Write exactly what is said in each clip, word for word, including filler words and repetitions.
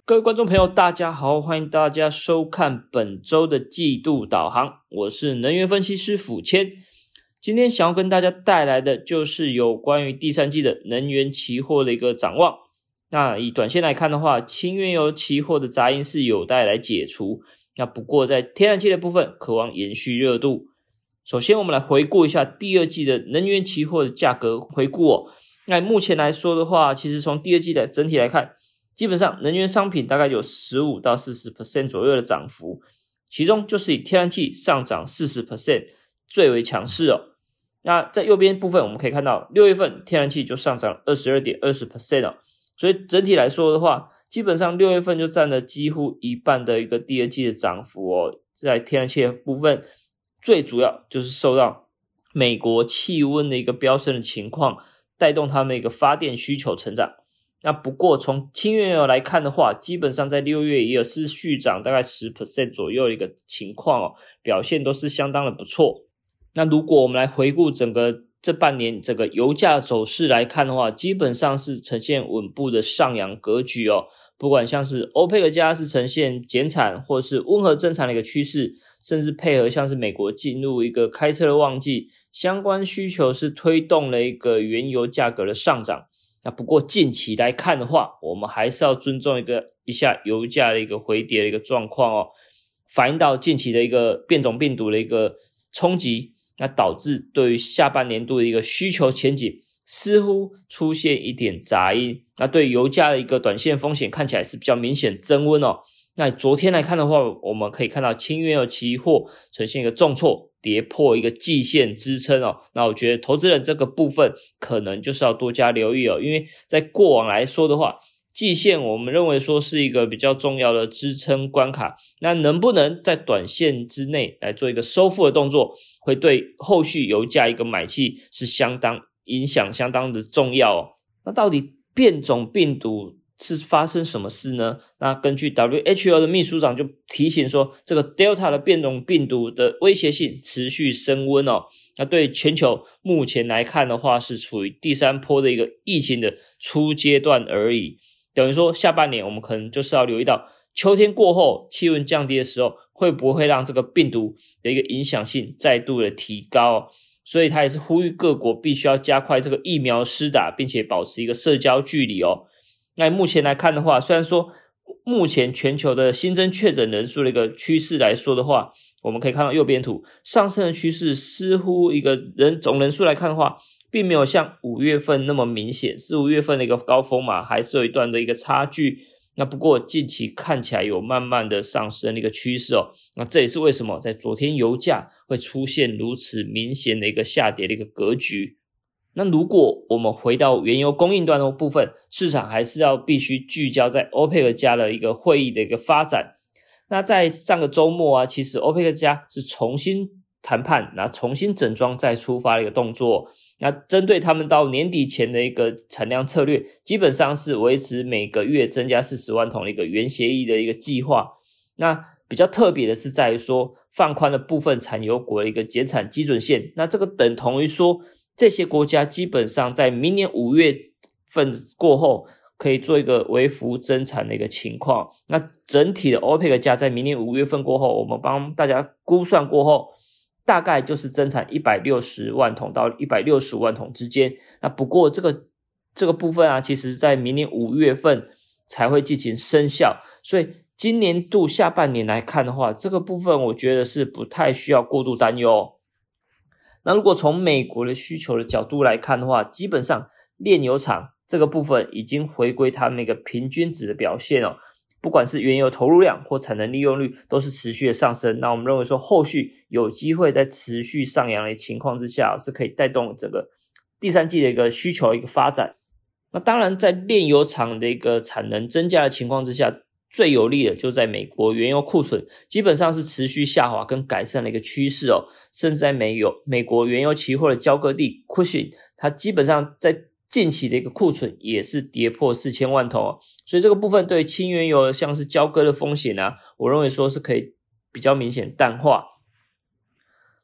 各位观众朋友大家好，欢迎大家收看本周的季度导航，我是能源分析师辅谦。今天想要跟大家带来的就是有关于第三季的能源期货的一个展望。那以短线来看的话，轻原油期货的杂音是有待来解除，那不过在天然气的部分渴望延续热度。首先我们来回顾一下第二季的能源期货的价格回顾哦。那目前来说的话，其实从第二季的整体来看，基本上能源商品大概有 百分之十五到百分之四十 左右的涨幅，其中就是以天然气上涨 百分之四十 最为强势哦。那在右边部分我们可以看到六月份天然气就上涨 百分之二十二点二零 哦，所以整体来说的话，基本上六月份就占了几乎一半的一个第二季的涨幅哦。在天然气的部分，最主要就是受到美国气温的一个飙升的情况带动他们的一个发电需求成长。那不过从轻原油来看的话，基本上在六月也有是续涨大概 百分之十 左右的一个情况哦，表现都是相当的不错。那如果我们来回顾整个这半年这个油价走势来看的话，基本上是呈现稳步的上扬格局哦。不管像是欧佩克加是呈现减产或是温和增产的一个趋势，甚至配合像是美国进入一个开车的旺季，相关需求是推动了一个原油价格的上涨。那不过近期来看的话，我们还是要尊重一个一下油价的一个回跌的一个状况哦，反映到近期的一个变种病毒的一个冲击，那导致对于下半年度的一个需求前景似乎出现一点杂音，那对油价的一个短线风险看起来是比较明显增温哦。那昨天来看的话，我们可以看到轻原油期货呈现一个重挫，跌破一个季线支撑哦。那我觉得投资人这个部分可能就是要多加留意哦，因为在过往来说的话，季线我们认为说是一个比较重要的支撑关卡，那能不能在短线之内来做一个收复的动作，会对后续油价一个买气是相当影响相当的重要哦。那到底变种病毒是发生什么事呢？那根据 W H O 的秘书长就提醒说，这个 Delta 的变种病毒的威胁性持续升温哦。那对全球目前来看的话，是处于第三波的一个疫情的初阶段而已。等于说下半年我们可能就是要留意到秋天过后气温降低的时候，会不会让这个病毒的一个影响性再度的提高哦。所以他也是呼吁各国必须要加快这个疫苗施打，并且保持一个社交距离哦。那目前来看的话，虽然说目前全球的新增确诊人数的一个趋势来说的话，我们可以看到右边图上升的趋势，似乎一个人总人数来看的话，并没有像五月份那么明显，四五月份的一个高峰嘛，还是有一段的一个差距。那不过近期看起来有慢慢的上升的一个趋势哦。那这也是为什么在昨天油价会出现如此明显的一个下跌的一个格局。那如果我们回到原油供应端的部分，市场还是要必须聚焦在欧佩克加的一个会议的一个发展。那在上个周末啊，其实欧佩克加是重新谈判，那重新整装再出发的一个动作。那针对他们到年底前的一个产量策略，基本上是维持每个月增加四十万桶的一个原协议的一个计划。那比较特别的是在于说，放宽了部分产油国的一个减产基准线，那这个等同于说这些国家基本上在明年五月份过后可以做一个微幅增产的一个情况。那整体的欧佩克加在明年五月份过后，我们帮大家估算过后，大概就是增产一百六十万桶到一百六十五万桶之间。那不过这个这个部分啊，其实在明年五月份才会进行生效，所以今年度下半年来看的话，这个部分我觉得是不太需要过度担忧哦。那如果从美国的需求的角度来看的话，基本上炼油厂这个部分已经回归他们一个平均值的表现哦，不管是原油投入量或产能利用率都是持续的上升。那我们认为说后续有机会在持续上扬的情况之下，是可以带动整个第三季的一个需求的一个发展。那当然在炼油厂的一个产能增加的情况之下，最有利的就在美国原油库存基本上是持续下滑跟改善的一个趋势哦，甚至在美油美国原油期货的交割地 Cushing， 它基本上在近期的一个库存也是跌破四千万桶哦，所以这个部分对轻原油像是交割的风险啊，我认为说是可以比较明显淡化。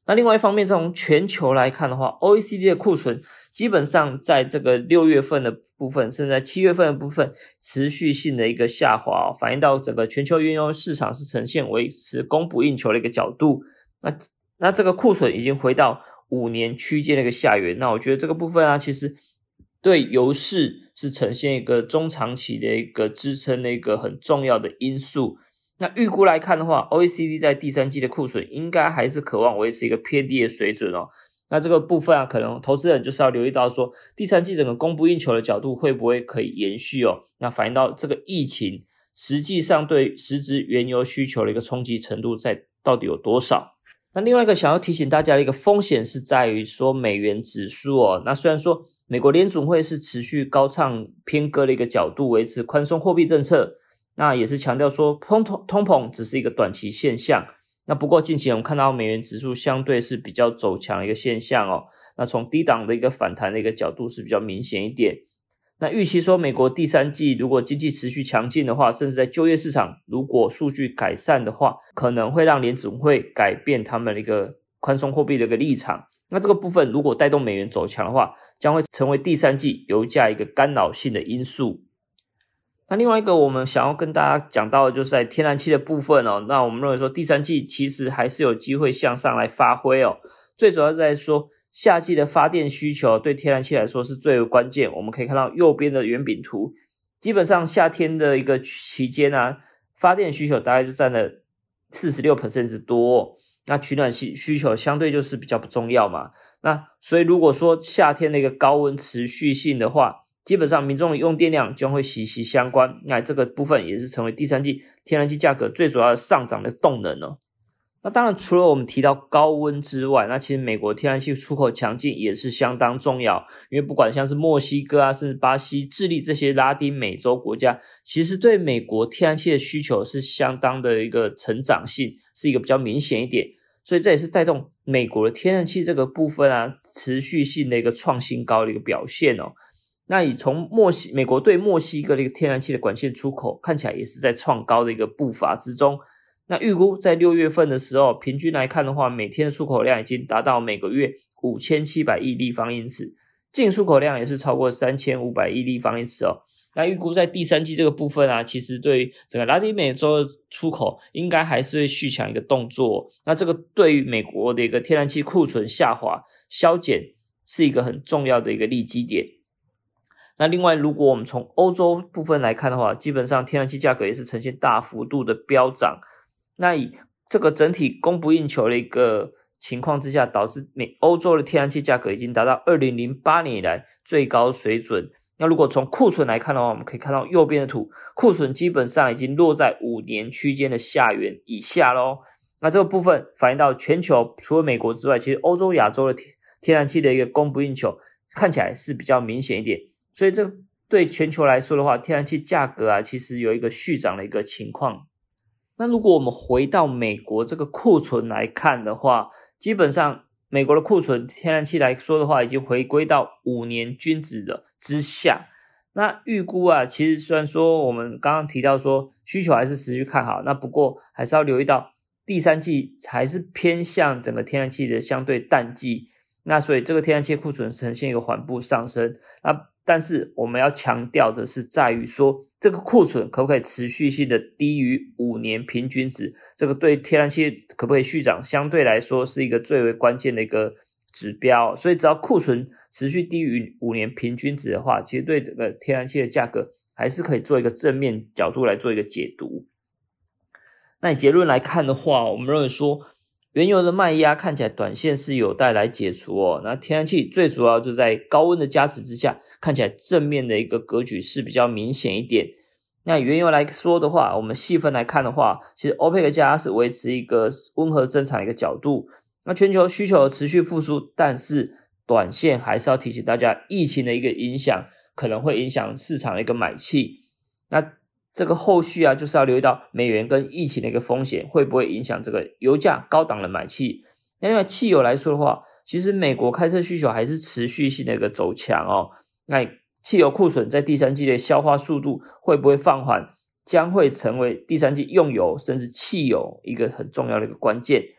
那另外一方面，从全球来看的话 ，O E C D 的库存基本上在这个六月份的部分，甚至在七月份的部分持续性的一个下滑、哦、反映到整个全球原油市场是呈现维持供不应求的一个角度。那那这个库存已经回到五年区间的一个下缘，那我觉得这个部分啊，其实对油市是呈现一个中长期的一个支撑的一个很重要的因素。那预估来看的话 ，O E C D 在第三季的库存应该还是渴望维持一个偏低的水准哦。那这个部分啊，可能投资人就是要留意到说，第三季整个供不应求的角度会不会可以延续哦？那反映到这个疫情实际上对实质原油需求的一个冲击程度在到底有多少？那另外一个想要提醒大家的一个风险是在于说美元指数哦。那虽然说美国联准会是持续高唱偏鸽的一个角度，维持宽松货币政策。那也是强调说通通膨只是一个短期现象，那不过近期我们看到美元指数相对是比较走强的一个现象哦，那从低档的一个反弹的一个角度是比较明显一点。那预期说美国第三季如果经济持续强劲的话，甚至在就业市场如果数据改善的话，可能会让联准会改变他们的一个宽松货币的一个立场。那这个部分如果带动美元走强的话，将会成为第三季油价一个干扰性的因素。那另外一个我们想要跟大家讲到的就是在天然气的部分哦，那我们认为说第三季其实还是有机会向上来发挥哦，最主要是在说夏季的发电需求对天然气来说是最为关键。我们可以看到右边的圆饼图，基本上夏天的一个期间啊，发电需求大概就占了 百分之四十六 之多、哦、那取暖需求相对就是比较不重要嘛。那所以如果说夏天的一个高温持续性的话，基本上民众的用电量将会息息相关，那这个部分也是成为第三季天然气价格最主要的上涨的动能哦。那当然除了我们提到高温之外，那其实美国天然气出口强劲也是相当重要，因为不管像是墨西哥啊，甚至巴西、智利这些拉丁美洲国家，其实对美国天然气的需求是相当的一个成长性，是一个比较明显一点，所以这也是带动美国的天然气这个部分啊持续性的一个创新高的一个表现哦。那以从墨西美国对墨西哥的一个天然气的管线出口看起来也是在创高的一个步伐之中。那预估在六月份的时候，平均来看的话，每天的出口量已经达到每个月五千七百亿立方英尺，净出口量也是超过三千五百亿立方英尺哦。那预估在第三季这个部分啊，其实对于整个拉丁美洲的出口应该还是会续强一个动作、哦、那这个对于美国的一个天然气库存下滑削减是一个很重要的一个利基点。那另外如果我们从欧洲部分来看的话，基本上天然气价格也是呈现大幅度的飙涨，那以这个整体供不应求的一个情况之下，导致美欧洲的天然气价格已经达到二零零八年以来最高水准。那如果从库存来看的话，我们可以看到右边的图，库存基本上已经落在五年区间的下缘以下咯。那这个部分反映到全球除了美国之外，其实欧洲亚洲的天然气的一个供不应求看起来是比较明显一点，所以这对全球来说的话，天然气价格啊其实有一个续涨的一个情况。那如果我们回到美国这个库存来看的话，基本上美国的库存天然气来说的话，已经回归到五年均值的之下。那预估啊，其实虽然说我们刚刚提到说需求还是持续看好，那不过还是要留意到第三季还是偏向整个天然气的相对淡季，那所以这个天然气库存呈现一个缓步上升。那但是我们要强调的是在于说，这个库存可不可以持续性的低于五年平均值，这个对天然气可不可以续涨相对来说是一个最为关键的一个指标。所以只要库存持续低于五年平均值的话，其实对整个天然气的价格还是可以做一个正面角度来做一个解读。那以结论来看的话，我们认为说原油的卖压看起来短线是有待来解除哦，那天然气最主要就在高温的加持之下，看起来正面的一个格局是比较明显一点。那原油来说的话，我们细分来看的话，其实 OPEC 加是维持一个温和增产的一个角度，那全球需求持续复苏，但是短线还是要提醒大家，疫情的一个影响可能会影响市场的一个买气。那这个后续啊，就是要留意到美元跟疫情的一个风险会不会影响这个油价高档的买气。那另外汽油来说的话，其实美国开车需求还是持续性的一个走强哦。那汽油库存在第三季的消化速度会不会放缓，将会成为第三季用油甚至汽油一个很重要的一个关键。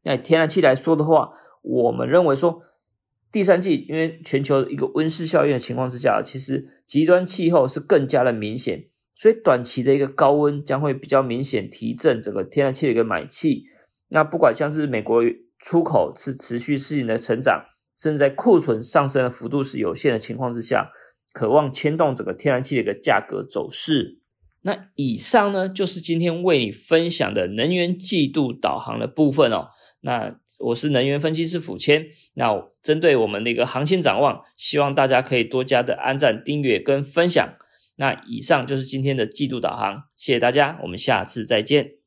那以天然气来说的话，我们认为说第三季因为全球一个温室效应的情况之下，其实极端气候是更加的明显，所以短期的一个高温将会比较明显提振整个天然气的一个买气。那不管像是美国出口是持续适应的成长，甚至在库存上升的幅度是有限的情况之下，渴望牵动整个天然气的一个价格走势。那以上呢就是今天为你分享的能源季度导航的部分哦。那我是能源分析师辅谦，那针对我们的一个行情展望，希望大家可以多加的按赞、订阅跟分享。那以上就是今天的季度导航，谢谢大家，我们下次再见。